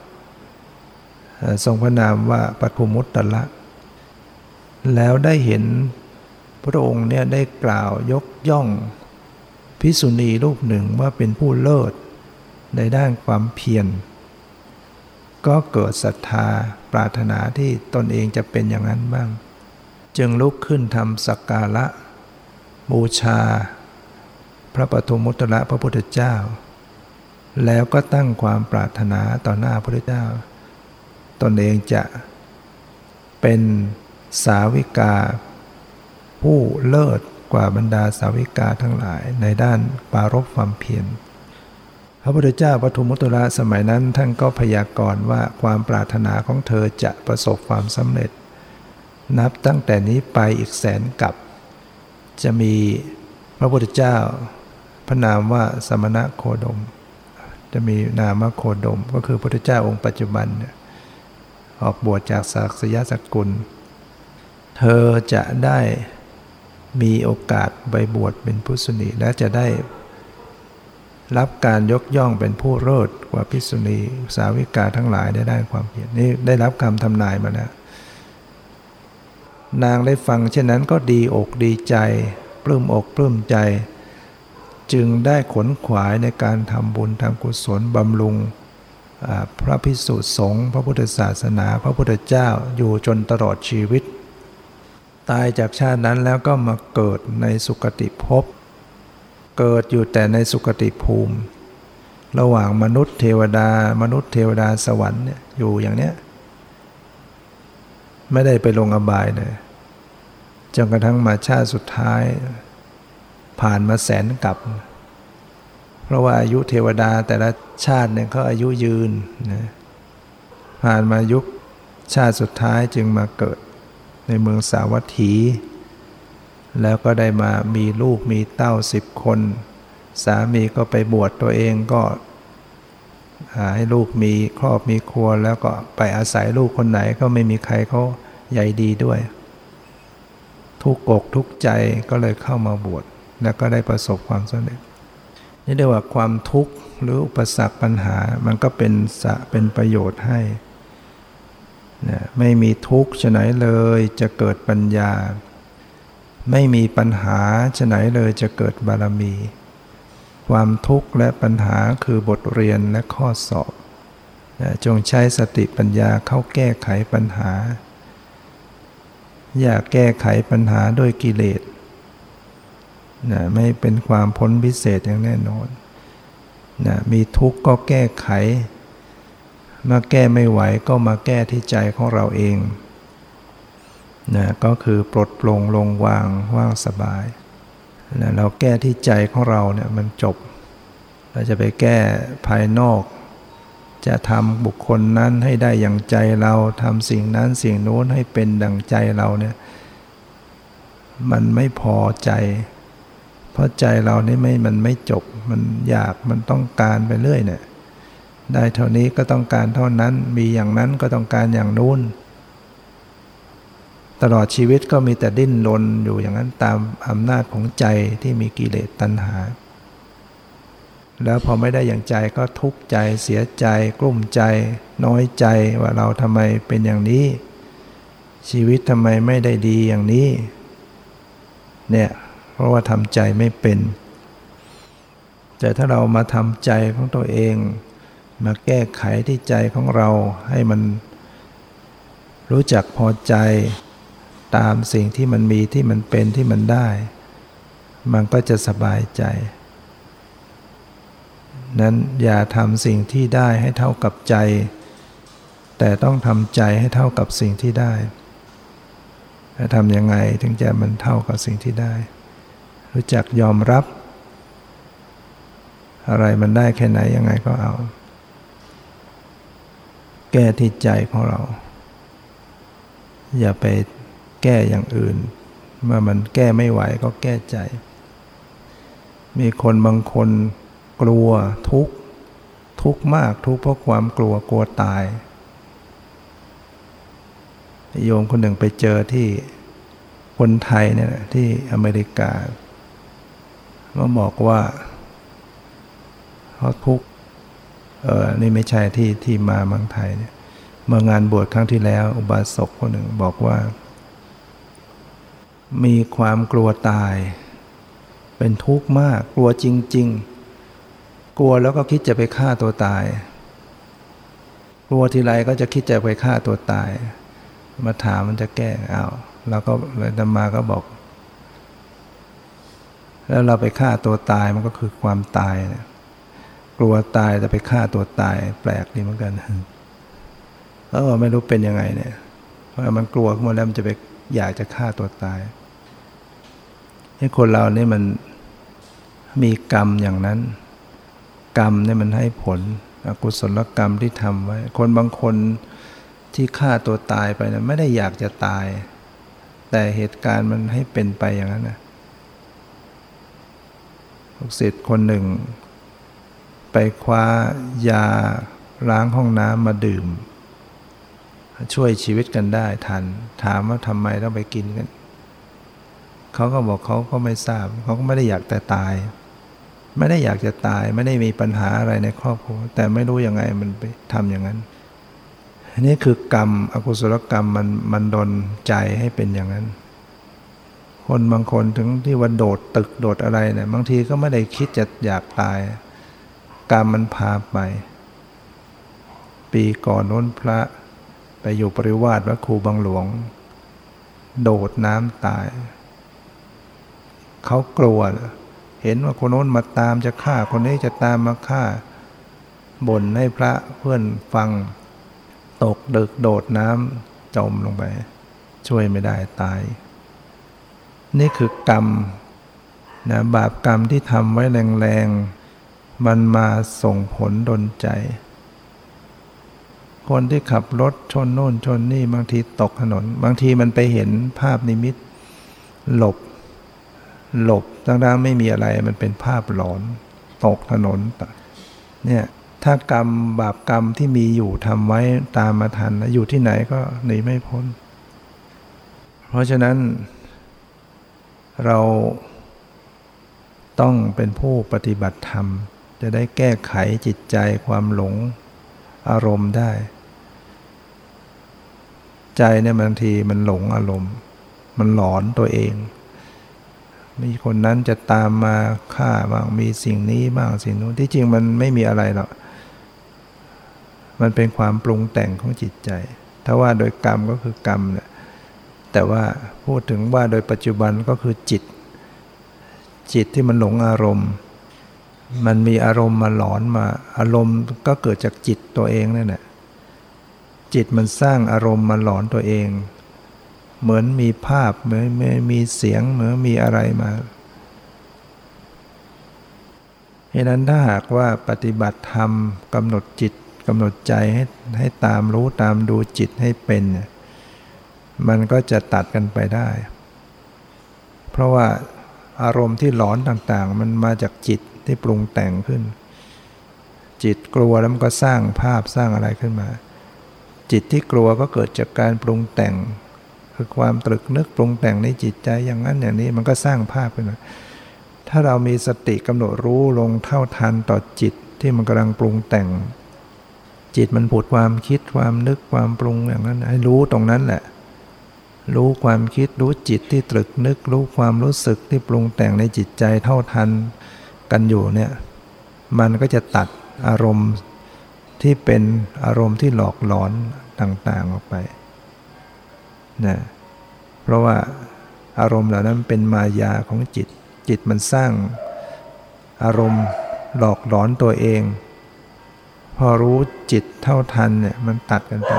ทรงพระนามว่าปัทุมุตตละแล้วได้เห็นพระองค์เนี่ยได้กล่าวยกย่องภิกษุณีรูปหนึ่งว่าเป็นผู้เลิศในด้านความเพียรก็เกิดศรัทธาปรารถนาที่ตนเองจะเป็นอย่างนั้นบ้างจึงลุกขึ้นทำสักการะบูชาพระปฐมมุตตละพระพุทธเจ้าแล้วก็ตั้งความปรารถนาต่อหน้าพระพุทธเจ้าตนเองจะเป็นสาวิกาผู้เลิศกว่าบรรดาสาวิกาทั้งหลายในด้านปรารภความเพียรพระพุทธเจ้าปฐมมุตตละสมัยนั้นท่านก็พยากรณ์ว่าความปรารถนาของเธอจะประสบความสำเร็จนับตั้งแต่นี้ไปอีกแสนกับจะมีพระพุทธเจ้าพระนามว่าสมณโคดมจะมีนามโคดมก็คือพระพุทธเจ้าองค์ปัจจุบันออกบวชจากศักยสกุลเธอจะได้มีโอกาสไปบวชเป็นภิกษุณีและจะได้รับการยกย่องเป็นผู้เลิศกว่าภิกษุณีสาวิกาทั้งหลายได้ด้านความเพียรนี่ได้รับคำทำนายมาแล้วนางได้ฟังเช่นนั้นก็ดีอกดีใจปลื้มอกปลื้มใจจึงได้ขวนขวายในการทำบุญทำกุศลบำรุงพระภิกษุสงฆ์พระพุทธศาสนาพระพุทธเจ้าอยู่จนตลอดชีวิตตายจากชาตินั้นแล้วก็มาเกิดในสุคติภพเกิดอยู่แต่ในสุคติภูมิระหว่างมนุษย์เทวดาสวรรค์เนี่ยอยู่อย่างเนี้ยไม่ได้ไปลงอบายเลยจนกระทั่งมาชาติสุดท้ายผ่านมาแสนกลับเพราะว่าอายุเทวดาแต่ละชาติเนี่ยเขาอายุยืนนะผ่านมายุคชาติสุดท้ายจึงมาเกิดในเมืองสาวัตถีแล้วก็ได้มามีลูกมีเต้า10 คนสามีก็ไปบวชตัวเองก็ให้ลูกมีครอบมีครัวแล้วก็ไปอาศัยลูกคนไหนก็ไม่มีใครเขาใยดีด้วยทุกอกทุกใจก็เลยเข้ามาบวชแล้วก็ได้ประสบความสำเร็จนี่เรียกว่าความทุกข์หรืออุปสรรคปัญหามันก็เป็นประโยชน์ให้นะไม่มีทุกข์ฉะไหนเลยจะเกิดปัญญาไม่มีปัญหาฉะไหนเลยจะเกิดบารมีความทุกข์และปัญหาคือบทเรียนและข้อสอบนะจงใช้สติปัญญาเข้าแก้ไขปัญหาอย่าแก้ไขปัญหาด้วยกิเลสนะไม่เป็นความพ้นพิเศษอย่างแน่นอนนะมีทุกข์ก็แก้ไขเมื่อแก้ไม่ไหวก็มาแก้ที่ใจของเราเองนะก็คือปลดปลงลงวางว่างสบายนะเราแก้ที่ใจของเราเนี่ยมันจบเราจะไปแก้ภายนอกจะทำบุคคลนั้นให้ได้อย่างใจเราทำสิ่งนั้นสิ่งโน้นให้เป็นดังใจเราเนี่ยมันไม่พอใจเพราะใจเรานี่มันไม่จบมันอยากมันต้องการไปเรื่อยเนี่ยได้เท่านี้ก็ต้องการเท่านั้นมีอย่างนั้นก็ต้องการอย่างนู้นตลอดชีวิตก็มีแต่ดิ้นรนอยู่อย่างนั้นตามอำนาจของใจที่มีกิเลสตัณหาแล้วพอไม่ได้อย่างใจก็ทุกข์ใจเสียใจกลุ้มใจน้อยใจว่าเราทำไมเป็นอย่างนี้ชีวิตทำไมไม่ได้ดีอย่างนี้เนี่ยเพราะว่าทำใจไม่เป็นแต่ถ้าเรามาทำใจของตัวเองมาแก้ไขที่ใจของเราให้มันรู้จักพอใจตามสิ่งที่มันมีที่มันเป็นที่มันได้มันก็จะสบายใจนั้นอย่าทำสิ่งที่ได้ให้เท่ากับใจแต่ต้องทำใจให้เท่ากับสิ่งที่ได้จะทำยังไงถึงจะมันเท่ากับสิ่งที่ได้รู้จักยอมรับอะไรมันได้แค่ไหนยังไงก็เอาแก้ที่ใจของเราอย่าไปแก้อย่างอื่นเมื่อมันแก้ไม่ไหวก็แก้ใจมีคนบางคนกลัวทุกข์มากทุกข์เพราะความกลัวตายโยมคนหนึ่งไปเจอที่คนไทยเนี่ยที่อเมริกามาบอกว่าเขาทุกข์นี่ไม่ใช่ที่มาเมืองไทยเนี่ยเมื่องานบวชครั้งที่แล้วอุบาสกคนหนึ่งบอกว่ามีความกลัวตายเป็นทุกข์มากกลัวจริงๆกลัวแล้วก็คิดจะไปฆ่าตัวตายกลัวทีไรก็จะคิดจะไปฆ่าตัวตายมาถามมันจะแก้เราก็เลยธรรมาก็บอกแล้วเราไปฆ่าตัวตายมันก็คือความตายนะกลัวตายแต่ไปฆ่าตัวตายแปลกดีเหมือนกันไม่รู้เป็นยังไงเนี่ยเพราะมันกลัวขึ้นมาแล้วมันจะไปอยากจะฆ่าตัวตายให้คนเราเนี่ยมันมีกรรมอย่างนั้นกรรมเนี่ยมันให้ผลอกุศลกรรมที่ทำไว้คนบางคนที่ฆ่าตัวตายไปนะไม่ได้อยากจะตายแต่เหตุการณ์มันให้เป็นไปอย่างนั้นนะลูกศิษย์คนหนึ่งไปคว้ายาล้างห้องน้ำมาดื่มช่วยชีวิตกันได้ทันถามว่าทำไมต้องไปกินกันเขาก็บอกเขาก็ไม่ทราบเขาก็ไม่ได้อยากแต่ตายไม่ได้อยากจะตายไม่ได้มีปัญหาอะไรในครอบครัวแต่ไม่รู้ยังไงมันไปทำอย่างนั้นอันนี้คือกรรมอกุศลกรรมมันดลใจให้เป็นอย่างนั้นคนบางคนถึงที่ว่าโดดตึกโดดอะไรเนี่ยบางทีก็ไม่ได้คิดจะอยากตายกรรมมันพาไปปีก่อนโน้นพระไปอยู่ปริวาสวัดครูบางหลวงโดดน้ำตายเขากลัวเห็นว่าคนโน้นมาตามจะฆ่าคนนี้จะตามมาฆ่าบ่นให้พระเพื่อนฟังตกดึกโดดน้ำจมลงไปช่วยไม่ได้ตายนี่คือกรรมนะบาปกรรมที่ทำไว้แรงๆมันมาส่งผลดลใจคนที่ขับรถชนโน่นชนนี่บางทีตกถนนบางทีมันไปเห็นภาพนิมิตหลบทั้งๆไม่มีอะไรมันเป็นภาพหลอนตกถนนเนี่ยถ้ากรรมบาปกรรมที่มีอยู่ทำไว้ตามมาทันอยู่ที่ไหนก็หนีไม่พ้นเพราะฉะนั้นเราต้องเป็นผู้ปฏิบัติธรรมจะได้แก้ไขจิตใจความหลงอารมณ์ได้ใจเนี่ยบางทีมันหลงอารมณ์มันหลอนตัวเองมีคนนั้นจะตามมาฆ่าบ้างมีสิ่งนี้บ้างสิ่งนู้นที่จริงมันไม่มีอะไรหรอกมันเป็นความปรุงแต่งของจิตใจถ้าว่าโดยกรรมก็คือกรรมเนี่ยแต่ว่าพูดถึงว่าโดยปัจจุบันก็คือจิตที่มันหลงอารมณ์มันมีอารมณ์มาหลอนมาอารมณ์ก็เกิดจากจิตตัวเองนั่นแหละจิตมันสร้างอารมณ์มาหลอนตัวเองเหมือนมีภาพเหมือนมีเสียงเหมือนมีอะไรมาฉะนั้นถ้าหากว่าปฏิบัติธรรมกำหนดจิตกำหนดใจให้ตามรู้ตามดูจิตให้เป็นมันก็จะตัดกันไปได้เพราะว่าอารมณ์ที่หลอนต่างๆมันมาจากจิตที่ปรุงแต่งขึ้นจิตกลัวแล้วมันก็สร้างภาพสร้างอะไรขึ้นมาจิตที่กลัวก็เกิดจากการปรุงแต่งคือความตรึกนึกปรุงแต่งในจิตใจอย่างนั้นอย่างนี้มันก็สร้างภาพขึ้นมาถ้าเรามีสติกำหนดรู้ลงเท่าทันต่อจิตที่มันกำลังปรุงแต่งจิตมันผุดความคิดความนึกความปรุงอย่างนั้นให้รู้ตรงนั้นแหละรู้ความคิดรู้จิตที่ตรึกนึกรู้ความรู้สึกที่ปรุงแต่งในจิตใจเท่าทันกันอยู่เนี่ยมันก็จะตัดอารมณ์ที่เป็นอารมณ์ที่หลอกหลอนต่างๆออกไปนะเพราะว่าอารมณ์เหล่านั้นเป็นมายาของจิตมันสร้างอารมณ์หลอกหลอนตัวเองพอรู้จิตเท่าทันเนี่ยมันตัดกันไป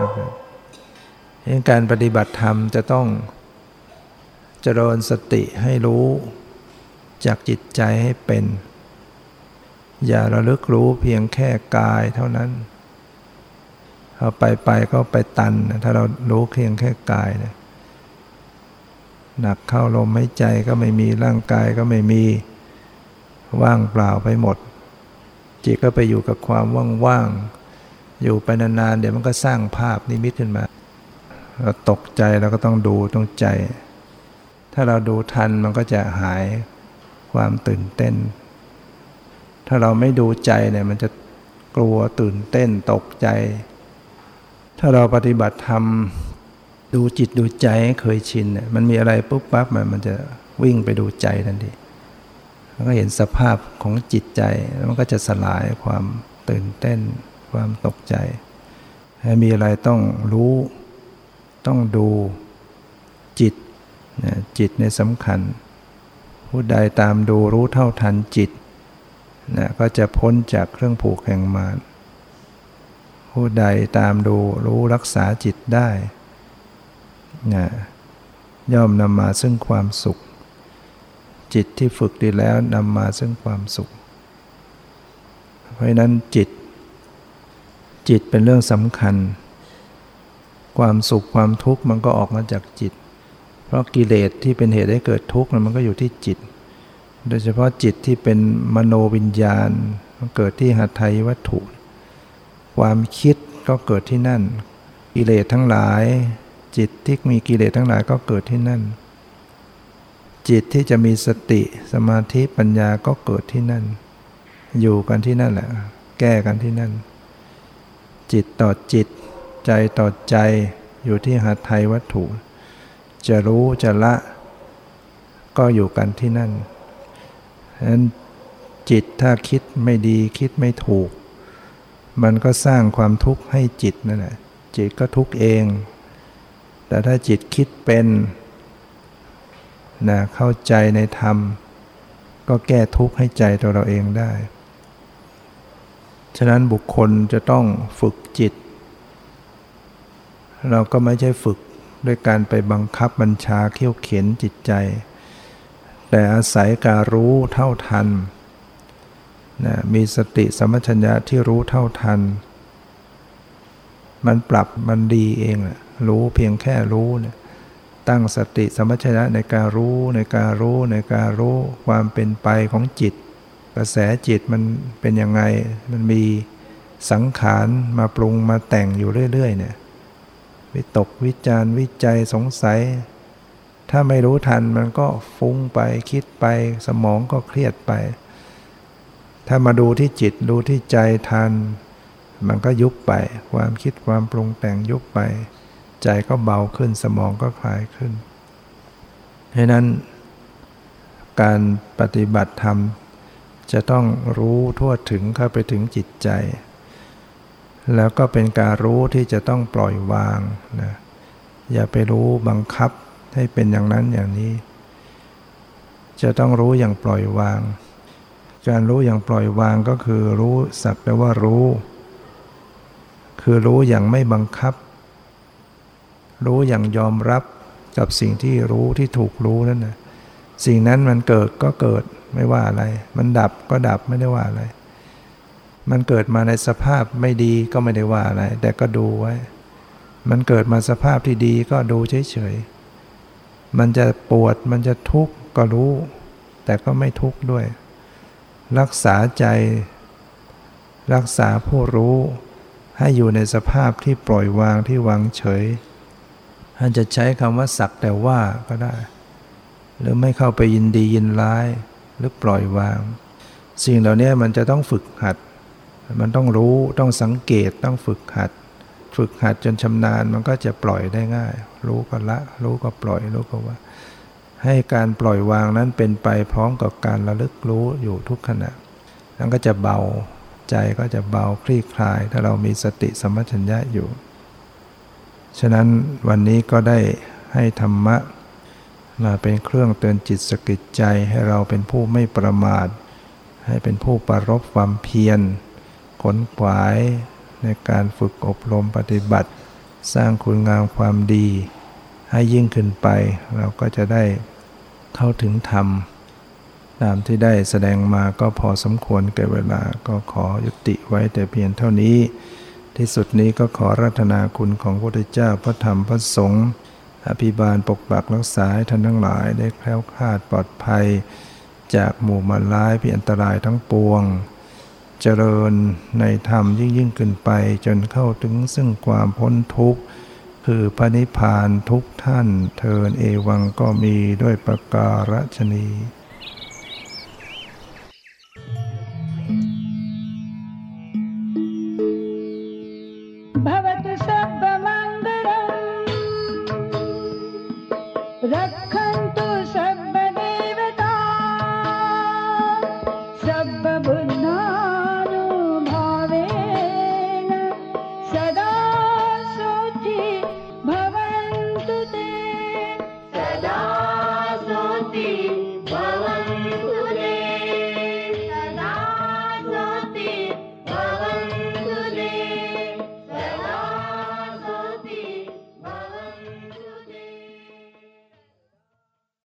การปฏิบัติธรรมจะต้องเจริญสติให้รู้จากจิตใจให้เป็นอย่าระลึกรู้เพียงแค่กายเท่านั้นเอาไปก็ไปตันถ้าเรารู้เพียงแค่กายเนี่ยหนักเข้าลมหายใจก็ไม่มีร่างกายก็ไม่มีว่างเปล่าไปหมดจิตก็ไปอยู่กับความว่างๆอยู่ไปนานๆเดี๋ยวมันก็สร้างภาพนิมิตขึ้นมาเราตกใจเราก็ต้องดูต้องใจถ้าเราดูทันมันก็จะหายความตื่นเต้นถ้าเราไม่ดูใจเนี่ยมันจะกลัวตื่นเต้นตกใจถ้าเราปฏิบัติธรรมดูจิตดูใจให้เคยชินเนี่ยมันมีอะไรปุ๊บปั๊บมันจะวิ่งไปดูใจทันทีมันก็เห็นสภาพของจิตใจแล้วมันก็จะสลายความตื่นเต้นความตกใจให้มีอะไรต้องรู้ต้องดูจิตจิตเนี่ยสำคัญผู้ใดตามดูรู้เท่าทันจิตก็จะพ้นจากเครื่องผูกแห่งมารผู้ใดตามดูรู้รักษาจิตได้ย่อมนำมาซึ่งความสุขจิตที่ฝึกดีแล้วนำมาซึ่งความสุขเพราะฉะนั้นจิตเป็นเรื่องสำคัญความสุขความทุกข์มันก็ออกมาจากจิตเพราะกิเลสที่เป็นเหตุให้เกิดทุกข์มันก็อยู่ที่จิตโดยเฉพาะจิตที่เป็นมโนวิญญาณมันเกิดที่หทัยวัตถุความคิดก็เกิดที่นั่นกิเลสทั้งหลายจิตที่มีกิเลสทั้งหลายก็เกิดที่นั่นจจิตที่จะมีสติสมาธิปัญญาก็เกิดที่นั่นอยู่กันที่นั่นแหละแก้กันที่นั่นจิตต่อจิตใจต่อใจอยู่ที่หทัยวัตถุจะรู้จะละก็อยู่กันที่นั่นฉะนั้นจิตถ้าคิดไม่ดีคิดไม่ถูกมันก็สร้างความทุกข์ให้จิตนั่นแหละจิตก็ทุกข์เองแต่ถ้าจิตคิดเป็นนะเข้าใจในธรรมก็แก้ทุกข์ให้ใจตัวเราเองได้ฉะนั้นบุคคลจะต้องฝึกจิตเราก็ไม่ใช่ฝึกด้วยการไปบังคับบัญชาเขี่ยวเข็นจิตใจแต่อาศัยการรู้เท่าทันนะมีสติสัมปชัญญะที่รู้เท่าทันมันปรับมันดีเองรู้เพียงแค่รู้เนี่ยตั้งสติสัมปชัญญะในการรู้ในการรู้ในการรู้ความเป็นไปของจิตกระแสจิตมันเป็นยังไงมันมีสังขารมาปรุงมาแต่งอยู่เรื่อยๆเนี่ยวิตกวิจารวิจัยสงสัยถ้าไม่รู้ทันมันก็ฟุ้งไปคิดไปสมองก็เครียดไปถ้ามาดูที่จิตดูที่ใจทันมันก็ยุบไปความคิดความปรุงแต่งยุบไปใจก็เบาขึ้นสมองก็คลายขึ้นเพราะนั้นการปฏิบัติธรรมจะต้องรู้ทั่วถึงเข้าไปถึงจิตใจแล้วก็เป็นการรู้ที่จะต้องปล่อยวางนะอย่าไปรู้บังคับให้เป็นอย่างนั้นอย่างนี้จะต้องรู้อย่างปล่อยวางการรู้อย่างปล่อยวางก็คือรู้สักแต่ว่ารู้คือรู้อย่างไม่บังคับรู้อย่างยอมรับกับสิ่งที่รู้ที่ถูกรู้นั่นนะสิ่งนั้นมันเกิดก็เกิดไม่ว่าอะไรมันดับก็ดับไม่ได้ว่าอะไรมันเกิดมาในสภาพไม่ดีก็ไม่ได้ว่าอะไรแต่ก็ดูไว้มันเกิดมาสภาพที่ดีก็ดูเฉยๆมันจะปวดมันจะทุกข์ก็รู้แต่ก็ไม่ทุกข์ด้วยรักษาใจรักษาผู้รู้ให้อยู่ในสภาพที่ปล่อยวางที่วางเฉยท่านจะใช้คำว่าสักแต่ว่าก็ได้หรือไม่เข้าไปยินดียินร้ายหรือปล่อยวางสิ่งเหล่านี้มันจะต้องฝึกหัดมันต้องรู้ต้องสังเกตต้องฝึกหัดจนชำนาญมันก็จะปล่อยได้ง่ายรู้ก็ละรู้ก็ปล่อยรู้ก็ว่าให้การปล่อยวางนั้นเป็นไปพร้อมกับการระลึกรู้อยู่ทุกขณะนั้นก็จะเบาใจก็จะเบาคลี่คลายถ้าเรามีสติสัมปชัญญะอยู่ฉะนั้นวันนี้ก็ได้ให้ธรรมะมาเป็นเครื่องเตือนจิตสกิดใจให้เราเป็นผู้ไม่ประมาทให้เป็นผู้ปรารภความเพียรขนขวายในการฝึกอบรมปฏิบัติสร้างคุณงามความดีให้ยิ่งขึ้นไปเราก็จะได้เข้าถึงธรรมตามที่ได้แสดงมาก็พอสมควรแก่เวลาก็ขอยุติไว้แต่เพียงเท่านี้ที่สุดนี้ก็ขออาราธนาคุณของพระพุทธเจ้าพระธรรมพระสงฆ์อภิบาลปกปักรักษาให้ท่านทั้งหลายได้แคล้วคลาดปลอดภัยจากหมู่มารร้ายพิอันตรายทั้งปวงเจริญในธรรมยิ่งขึ้นไปจนเข้าถึงซึ่งความพ้นทุกข์คือพระนิพพานทุกท่านเทินเอวังก็มีด้วยประการฉนี้